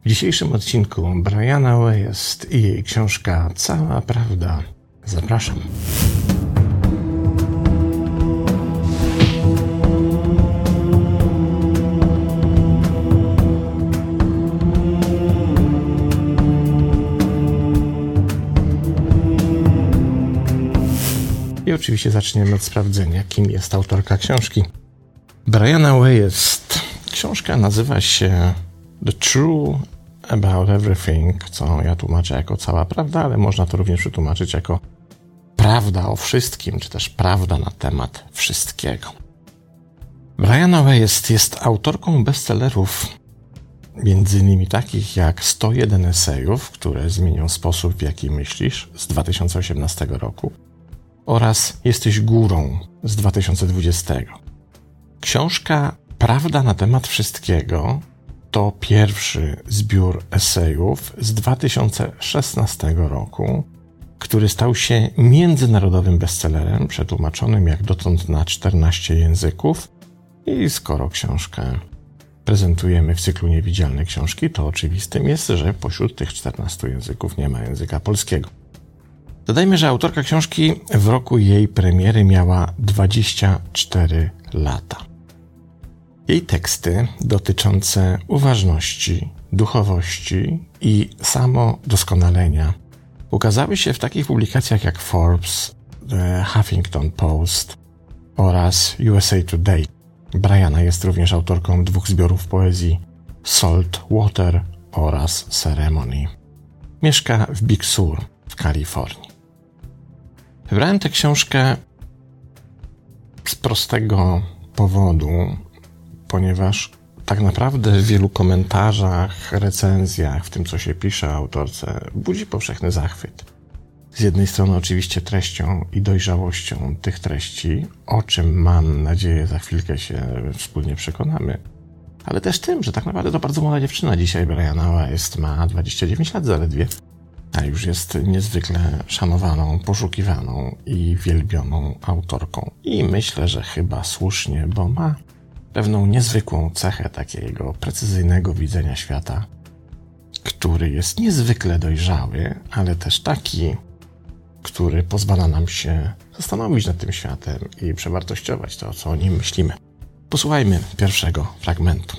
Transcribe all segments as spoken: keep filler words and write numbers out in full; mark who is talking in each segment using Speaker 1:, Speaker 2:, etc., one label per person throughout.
Speaker 1: W dzisiejszym odcinku Brianna Wiest i jej książka Cała Prawda. Zapraszam. I oczywiście zaczniemy od sprawdzenia, kim jest autorka książki. Brianna Wiest. Książka nazywa się The Truth About Everything, co ja tłumaczę jako Cała Prawda, ale można to również przetłumaczyć jako Prawda o wszystkim, czy też Prawda na temat wszystkiego. Brianna Wiest jest autorką bestsellerów, między innymi takich jak sto jeden esejów, które zmienią sposób, w jaki myślisz, z dwa tysiące osiemnastego roku, oraz Jesteś górą z dwa tysiące dwudziestego. Książka Prawda na temat wszystkiego to pierwszy zbiór esejów z dwa tysiące szesnastego roku, który stał się międzynarodowym bestsellerem, przetłumaczonym jak dotąd na czternaście języków. I skoro książkę prezentujemy w cyklu Niewidzialne książki, to oczywistym jest, że pośród tych czternastu języków nie ma języka polskiego. Dodajmy, że autorka książki w roku jej premiery miała dwadzieścia cztery lata. Jej teksty dotyczące uważności, duchowości i samodoskonalenia ukazały się w takich publikacjach jak Forbes, The Huffington Post oraz U S A Today. Brianna jest również autorką dwóch zbiorów poezji Salt Water oraz Ceremony. Mieszka w Big Sur w Kalifornii. Wybrałem tę książkę z prostego powodu, ponieważ tak naprawdę w wielu komentarzach, recenzjach, w tym co się pisze o autorce, budzi powszechny zachwyt. Z jednej strony oczywiście treścią i dojrzałością tych treści, o czym mam nadzieję za chwilkę się wspólnie przekonamy, ale też tym, że tak naprawdę to bardzo młoda dziewczyna dzisiaj. Brianna Wiest ma dwadzieścia dziewięć lat zaledwie, a już jest niezwykle szanowaną, poszukiwaną i wielbioną autorką. I myślę, że chyba słusznie, bo ma pewną niezwykłą cechę takiego precyzyjnego widzenia świata, który jest niezwykle dojrzały, ale też taki, który pozwala nam się zastanowić nad tym światem i przewartościować to, co o nim myślimy. Posłuchajmy pierwszego fragmentu.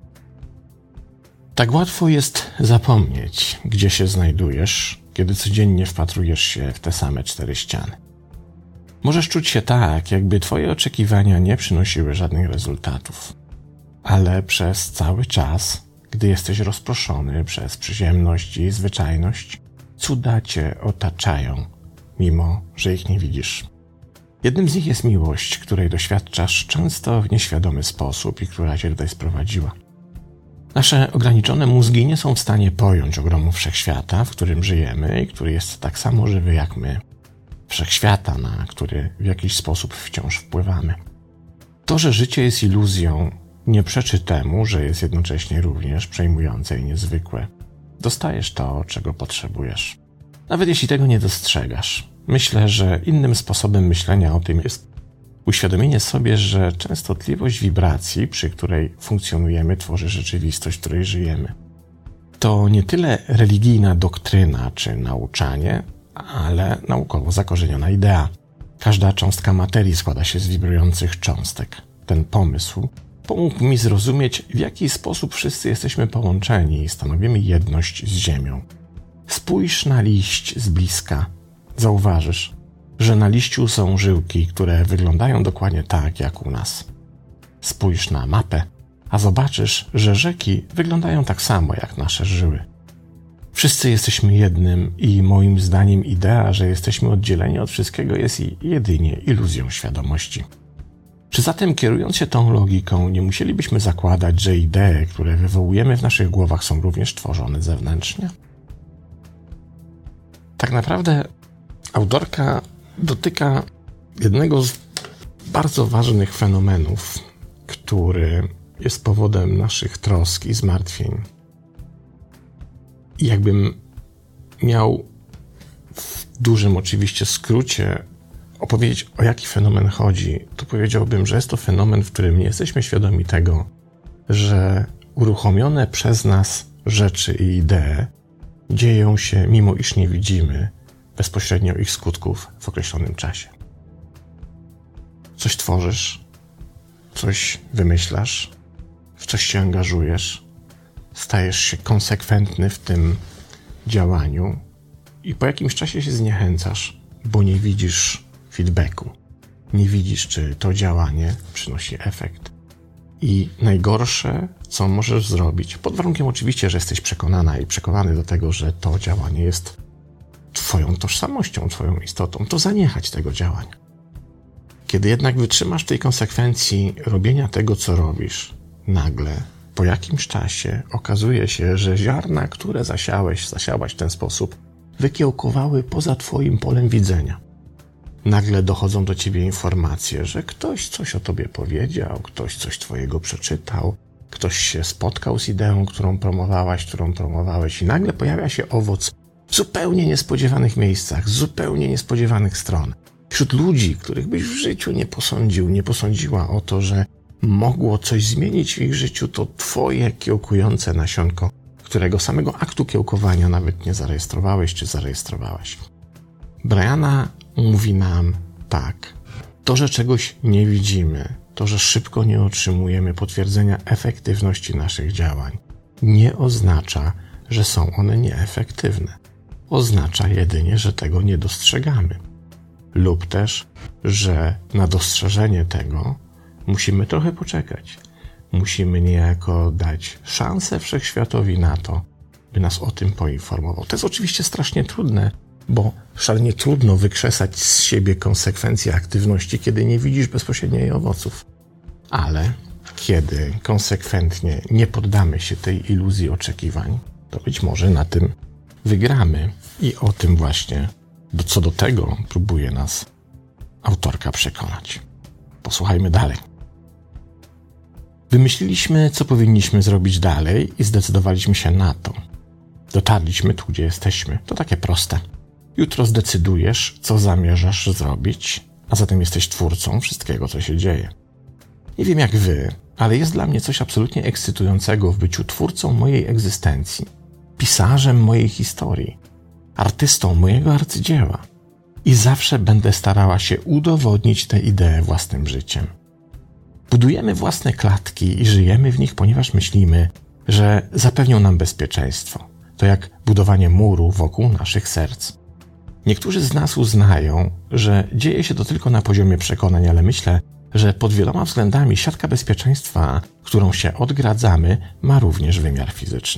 Speaker 1: Tak łatwo jest zapomnieć, gdzie się znajdujesz, kiedy codziennie wpatrujesz się w te same cztery ściany. Możesz czuć się tak, jakby twoje oczekiwania nie przynosiły żadnych rezultatów. Ale przez cały czas, gdy jesteś rozproszony przez przyziemność i zwyczajność, cuda cię otaczają, mimo że ich nie widzisz. Jednym z nich jest miłość, której doświadczasz często w nieświadomy sposób i która cię tutaj sprowadziła. Nasze ograniczone mózgi nie są w stanie pojąć ogromu wszechświata, w którym żyjemy i który jest tak samo żywy jak my. Wszechświata, na który w jakiś sposób wciąż wpływamy. To, że życie jest iluzją, nie przeczy temu, że jest jednocześnie również przejmujące i niezwykłe. Dostajesz to, czego potrzebujesz. Nawet jeśli tego nie dostrzegasz. Myślę, że innym sposobem myślenia o tym jest uświadomienie sobie, że częstotliwość wibracji, przy której funkcjonujemy, tworzy rzeczywistość, w której żyjemy. To nie tyle religijna doktryna czy nauczanie, ale naukowo zakorzeniona idea. Każda cząstka materii składa się z wibrujących cząstek. Ten pomysł pomógł mi zrozumieć, w jaki sposób wszyscy jesteśmy połączeni i stanowimy jedność z Ziemią. Spójrz na liść z bliska. Zauważysz, że na liściu są żyłki, które wyglądają dokładnie tak jak u nas. Spójrz na mapę, a zobaczysz, że rzeki wyglądają tak samo jak nasze żyły. Wszyscy jesteśmy jednym i moim zdaniem idea, że jesteśmy oddzieleni od wszystkiego, jest jedynie iluzją świadomości. Czy zatem, kierując się tą logiką, nie musielibyśmy zakładać, że idee, które wywołujemy w naszych głowach, są również tworzone zewnętrznie? Tak naprawdę autorka dotyka jednego z bardzo ważnych fenomenów, który jest powodem naszych trosk i zmartwień. I jakbym miał w dużym oczywiście skrócie opowiedzieć, o jaki fenomen chodzi, to powiedziałbym, że jest to fenomen, w którym nie jesteśmy świadomi tego, że uruchomione przez nas rzeczy i idee dzieją się, mimo iż nie widzimy bezpośrednio ich skutków w określonym czasie. Coś tworzysz, coś wymyślasz, w coś się angażujesz, stajesz się konsekwentny w tym działaniu i po jakimś czasie się zniechęcasz, bo nie widzisz feedbacku. Nie widzisz, czy to działanie przynosi efekt. I najgorsze, co możesz zrobić, pod warunkiem oczywiście, że jesteś przekonana i przekonany do tego, że to działanie jest twoją tożsamością, twoją istotą, to zaniechać tego działania. Kiedy jednak wytrzymasz w tej konsekwencji robienia tego, co robisz, nagle, po jakimś czasie okazuje się, że ziarna, które zasiałeś, zasiałaś w ten sposób, wykiełkowały poza twoim polem widzenia. Nagle dochodzą do ciebie informacje, że ktoś coś o tobie powiedział, ktoś coś twojego przeczytał, ktoś się spotkał z ideą, którą promowałaś, którą promowałeś i nagle pojawia się owoc w zupełnie niespodziewanych miejscach, z zupełnie niespodziewanych stron. Wśród ludzi, których byś w życiu nie posądził, nie posądziła o to, że mogło coś zmienić w ich życiu, to twoje kiełkujące nasionko, którego samego aktu kiełkowania nawet nie zarejestrowałeś czy zarejestrowałaś. Brianna mówi nam tak, to, że czegoś nie widzimy, to, że szybko nie otrzymujemy potwierdzenia efektywności naszych działań, nie oznacza, że są one nieefektywne. Oznacza jedynie, że tego nie dostrzegamy. Lub też, że na dostrzeżenie tego musimy trochę poczekać. Musimy niejako dać szansę wszechświatowi na to, by nas o tym poinformował. To jest oczywiście strasznie trudne, bo szalenie trudno wykrzesać z siebie konsekwencje aktywności, kiedy nie widzisz bezpośrednio jej owoców. Ale kiedy konsekwentnie nie poddamy się tej iluzji oczekiwań, to być może na tym wygramy. I o tym właśnie, do, co do tego próbuje nas autorka przekonać. Posłuchajmy dalej. Wymyśliliśmy, co powinniśmy zrobić dalej i zdecydowaliśmy się na to. Dotarliśmy tu, gdzie jesteśmy. To takie proste. Jutro zdecydujesz, co zamierzasz zrobić, a zatem jesteś twórcą wszystkiego, co się dzieje. Nie wiem jak wy, ale jest dla mnie coś absolutnie ekscytującego w byciu twórcą mojej egzystencji, pisarzem mojej historii, artystą mojego arcydzieła. I zawsze będę starała się udowodnić tę ideę własnym życiem. Budujemy własne klatki i żyjemy w nich, ponieważ myślimy, że zapewnią nam bezpieczeństwo. To jak budowanie muru wokół naszych serc. Niektórzy z nas uznają, że dzieje się to tylko na poziomie przekonań, ale myślę, że pod wieloma względami siatka bezpieczeństwa, którą się odgradzamy, ma również wymiar fizyczny.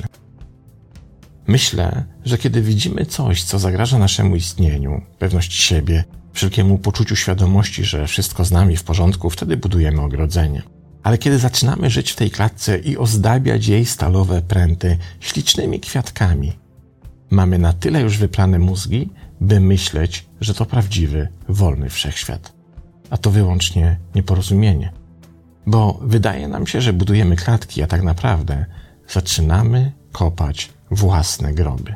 Speaker 1: Myślę, że kiedy widzimy coś, co zagraża naszemu istnieniu, pewności siebie, wszelkiemu poczuciu świadomości, że wszystko z nami w porządku, wtedy budujemy ogrodzenie. Ale kiedy zaczynamy żyć w tej klatce i ozdabiać jej stalowe pręty ślicznymi kwiatkami, mamy na tyle już wyplane mózgi, by myśleć, że to prawdziwy, wolny wszechświat. A to wyłącznie nieporozumienie. Bo wydaje nam się, że budujemy klatki, a tak naprawdę zaczynamy kopać własne groby.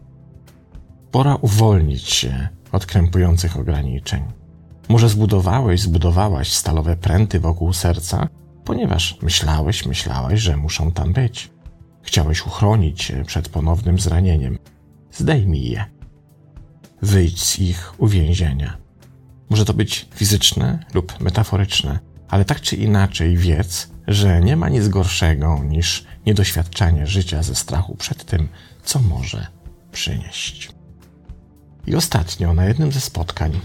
Speaker 1: Pora uwolnić się od krępujących ograniczeń. Może zbudowałeś, zbudowałaś stalowe pręty wokół serca, ponieważ myślałeś, myślałaś, że muszą tam być. Chciałeś uchronić się przed ponownym zranieniem. Zdejmij je. Wyjdź z ich uwięzienia. Może to być fizyczne lub metaforyczne, ale tak czy inaczej wiedz, że nie ma nic gorszego niż niedoświadczanie życia ze strachu przed tym, co może przynieść. I ostatnio na jednym ze spotkań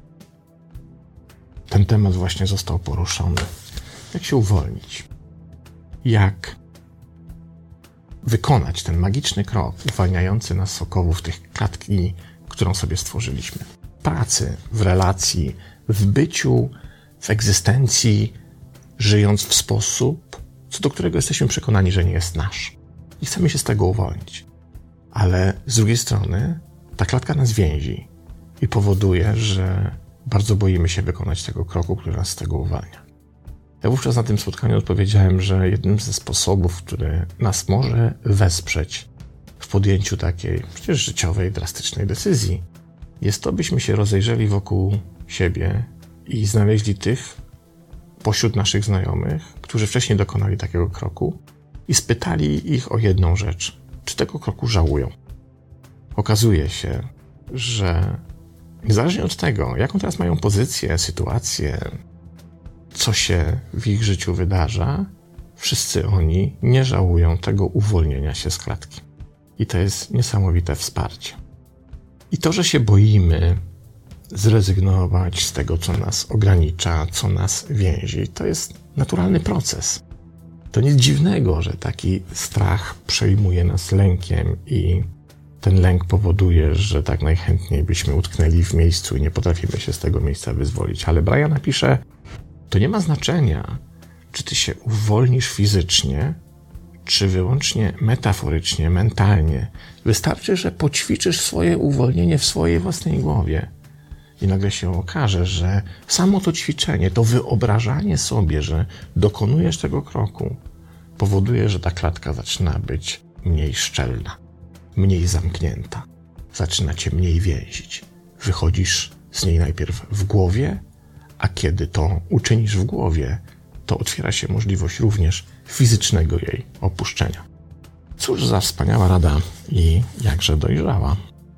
Speaker 1: ten temat właśnie został poruszony. Jak się uwolnić? Jak wykonać ten magiczny krok uwalniający nas z okowów tych klatki, którą sobie stworzyliśmy? W pracy, w relacji, w byciu, w egzystencji, żyjąc w sposób, co do którego jesteśmy przekonani, że nie jest nasz. I chcemy się z tego uwolnić. Ale z drugiej strony ta klatka nas więzi i powoduje, że bardzo boimy się wykonać tego kroku, który nas z tego uwalnia. Ja wówczas na tym spotkaniu odpowiedziałem, że jednym ze sposobów, który nas może wesprzeć w podjęciu takiej przecież życiowej, drastycznej decyzji, jest to, byśmy się rozejrzeli wokół siebie i znaleźli tych pośród naszych znajomych, którzy wcześniej dokonali takiego kroku i spytali ich o jedną rzecz. czy tego kroku żałują. Okazuje się, że niezależnie od tego, jaką teraz mają pozycję, sytuację, co się w ich życiu wydarza, wszyscy oni nie żałują tego uwolnienia się z klatki. I to jest niesamowite wsparcie. I to, że się boimy zrezygnować z tego, co nas ogranicza, co nas więzi, to jest naturalny proces. To nic dziwnego, że taki strach przejmuje nas lękiem i ten lęk powoduje, że tak najchętniej byśmy utknęli w miejscu i nie potrafimy się z tego miejsca wyzwolić. Ale Brian napisze, to nie ma znaczenia, czy ty się uwolnisz fizycznie, czy wyłącznie metaforycznie, mentalnie. Wystarczy, że poćwiczysz swoje uwolnienie w swojej własnej głowie. I nagle się okaże, że samo to ćwiczenie, to wyobrażanie sobie, że dokonujesz tego kroku, powoduje, że ta klatka zaczyna być mniej szczelna, mniej zamknięta. Zaczyna cię mniej więzić. Wychodzisz z niej najpierw w głowie, a kiedy to uczynisz w głowie, to otwiera się możliwość również fizycznego jej opuszczenia. Cóż za wspaniała rada i jakże dojrzała.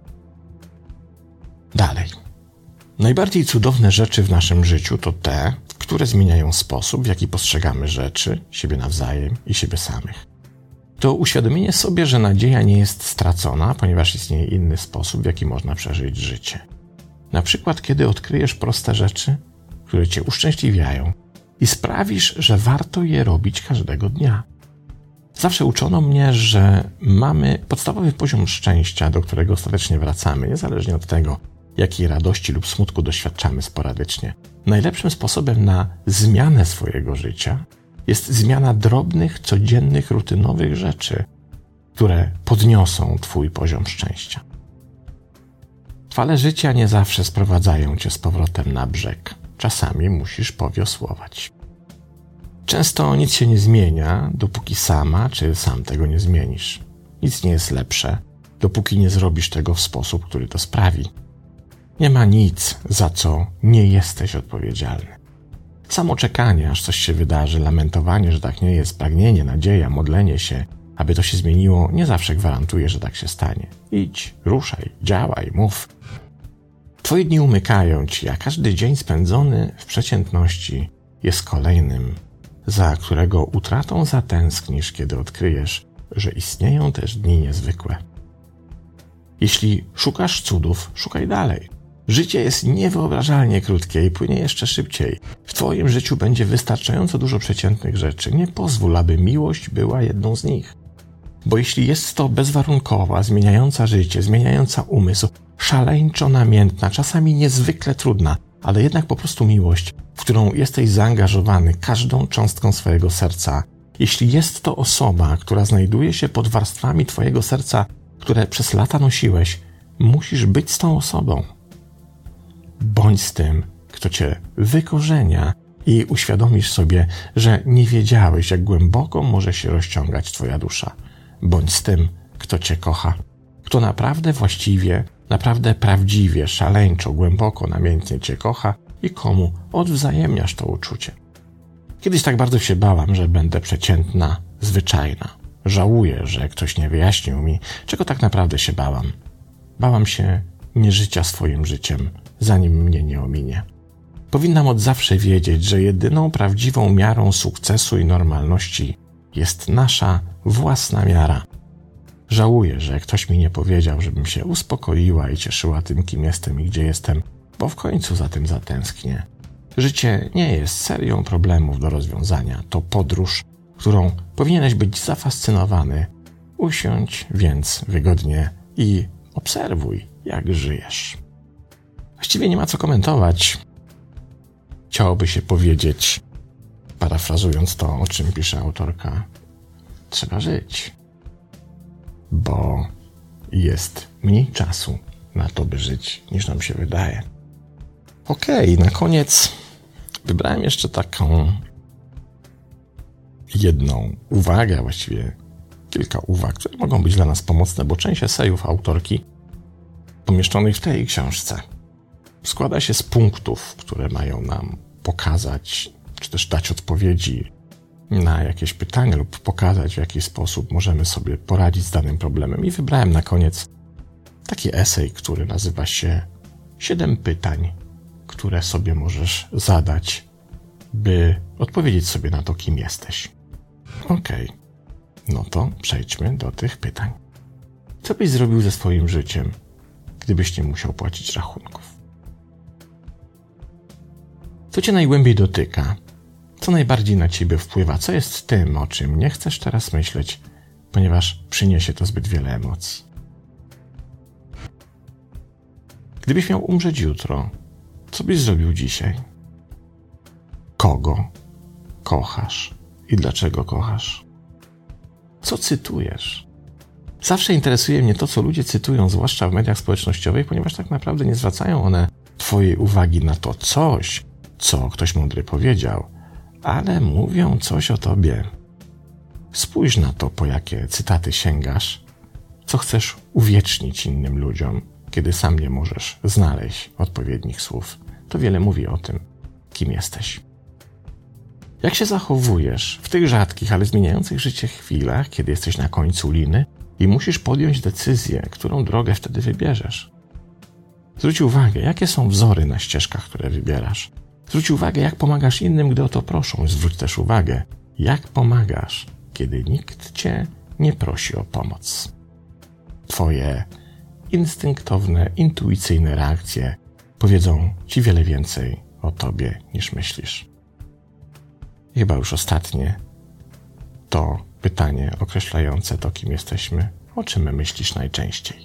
Speaker 1: Dalej. Najbardziej cudowne rzeczy w naszym życiu to te, które zmieniają sposób, w jaki postrzegamy rzeczy, siebie nawzajem i siebie samych. To uświadomienie sobie, że nadzieja nie jest stracona, ponieważ istnieje inny sposób, w jaki można przeżyć życie. Na przykład, kiedy odkryjesz proste rzeczy, które cię uszczęśliwiają i sprawisz, że warto je robić każdego dnia. Zawsze uczono mnie, że mamy podstawowy poziom szczęścia, do którego ostatecznie wracamy, niezależnie od tego, jakiej radości lub smutku doświadczamy sporadycznie. Najlepszym sposobem na zmianę swojego życia jest zmiana drobnych, codziennych, rutynowych rzeczy, które podniosą twój poziom szczęścia. Fale życia nie zawsze sprowadzają cię z powrotem na brzeg. Czasami musisz powiosłować. Często nic się nie zmienia, dopóki sama czy sam tego nie zmienisz. Nic nie jest lepsze, dopóki nie zrobisz tego w sposób, który to sprawi. Nie ma nic, za co nie jesteś odpowiedzialny. Samo czekanie, aż coś się wydarzy, lamentowanie, że tak nie jest, pragnienie, nadzieja, modlenie się, aby to się zmieniło, nie zawsze gwarantuje, że tak się stanie. Idź, ruszaj, działaj, mów. Twoje dni umykają ci, a każdy dzień spędzony w przeciętności jest kolejnym, za którego utratą zatęsknisz, kiedy odkryjesz, że istnieją też dni niezwykłe. Jeśli szukasz cudów, szukaj dalej. Życie jest niewyobrażalnie krótkie i płynie jeszcze szybciej. W twoim życiu będzie wystarczająco dużo przeciętnych rzeczy. Nie pozwól, aby miłość była jedną z nich. Bo jeśli jest to bezwarunkowa, zmieniająca życie, zmieniająca umysł, szaleńczo namiętna, czasami niezwykle trudna, ale jednak po prostu miłość, w którą jesteś zaangażowany każdą cząstką swojego serca. Jeśli jest to osoba, która znajduje się pod warstwami twojego serca, które przez lata nosiłeś, musisz być z tą osobą. Bądź z tym, kto cię wykorzenia i uświadomisz sobie, że nie wiedziałeś, jak głęboko może się rozciągać twoja dusza. Bądź z tym, kto cię kocha, kto naprawdę właściwie, naprawdę prawdziwie, szaleńczo, głęboko, namiętnie cię kocha i komu odwzajemniasz to uczucie. Kiedyś tak bardzo się bałam, że będę przeciętna, zwyczajna. Żałuję, że ktoś nie wyjaśnił mi, czego tak naprawdę się bałam. Bałam się nie życia swoim życiem, zanim mnie nie ominie. Powinnam od zawsze wiedzieć, że jedyną prawdziwą miarą sukcesu i normalności jest nasza własna miara. Żałuję, że ktoś mi nie powiedział, żebym się uspokoiła i cieszyła tym, kim jestem i gdzie jestem, bo w końcu za tym zatęsknię. Życie nie jest serią problemów do rozwiązania. To podróż, którą powinieneś być zafascynowany. Usiądź więc wygodnie i obserwuj, jak żyjesz. Właściwie nie ma co komentować. Chciałoby się powiedzieć, parafrazując to, o czym pisze autorka, trzeba żyć, bo jest mniej czasu na to, by żyć, niż nam się wydaje. Okej, okay, na koniec wybrałem jeszcze taką jedną uwagę, a właściwie kilka uwag, które mogą być dla nas pomocne, bo część esejów autorki pomieszczonych w tej książce składa się z punktów, które mają nam pokazać, czy też dać odpowiedzi na jakieś pytania lub pokazać, w jaki sposób możemy sobie poradzić z danym problemem. I wybrałem na koniec taki esej, który nazywa się Siedem pytań, które sobie możesz zadać, by odpowiedzieć sobie na to, kim jesteś. Okej, okay. No to przejdźmy do tych pytań. Co byś zrobił ze swoim życiem, gdybyś nie musiał płacić rachunków? Co cię najgłębiej dotyka? Co najbardziej na ciebie wpływa? Co jest tym, o czym nie chcesz teraz myśleć, ponieważ przyniesie to zbyt wiele emocji? Gdybyś miał umrzeć jutro, co byś zrobił dzisiaj? Kogo kochasz i dlaczego kochasz? Co cytujesz? Zawsze interesuje mnie to, co ludzie cytują, zwłaszcza w mediach społecznościowych, ponieważ tak naprawdę nie zwracają one twojej uwagi na to coś, co ktoś mądry powiedział, ale mówią coś o tobie. Spójrz na to, po jakie cytaty sięgasz, co chcesz uwiecznić innym ludziom, kiedy sam nie możesz znaleźć odpowiednich słów. To wiele mówi o tym, kim jesteś. Jak się zachowujesz w tych rzadkich, ale zmieniających życie chwilach, kiedy jesteś na końcu liny i musisz podjąć decyzję, którą drogę wtedy wybierzesz? Zwróć uwagę, jakie są wzory na ścieżkach, które wybierasz. Zwróć uwagę, jak pomagasz innym, gdy o to proszą. Zwróć też uwagę, jak pomagasz, kiedy nikt cię nie prosi o pomoc. Twoje instynktowne, intuicyjne reakcje powiedzą ci wiele więcej o tobie, niż myślisz. I chyba już ostatnie to pytanie określające to, kim jesteśmy. O czym myślisz najczęściej?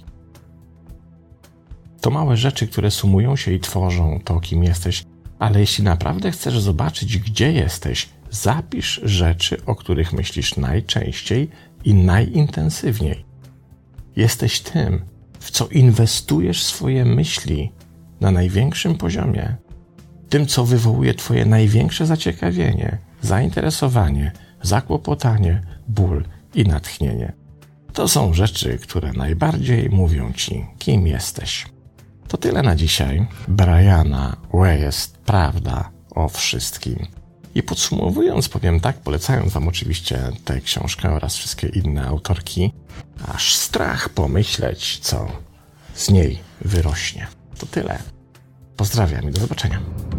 Speaker 1: To małe rzeczy, które sumują się i tworzą to, kim jesteś, ale jeśli naprawdę chcesz zobaczyć, gdzie jesteś, zapisz rzeczy, o których myślisz najczęściej i najintensywniej. Jesteś tym, w co inwestujesz swoje myśli na największym poziomie. Tym, co wywołuje twoje największe zaciekawienie, zainteresowanie, zakłopotanie, ból i natchnienie. To są rzeczy, które najbardziej mówią ci, kim jesteś. To tyle na dzisiaj. Briana Way jest prawda o wszystkim. I podsumowując, powiem tak, polecając wam oczywiście tę książkę oraz wszystkie inne autorki, aż strach pomyśleć, co z niej wyrośnie. To tyle. Pozdrawiam i do zobaczenia.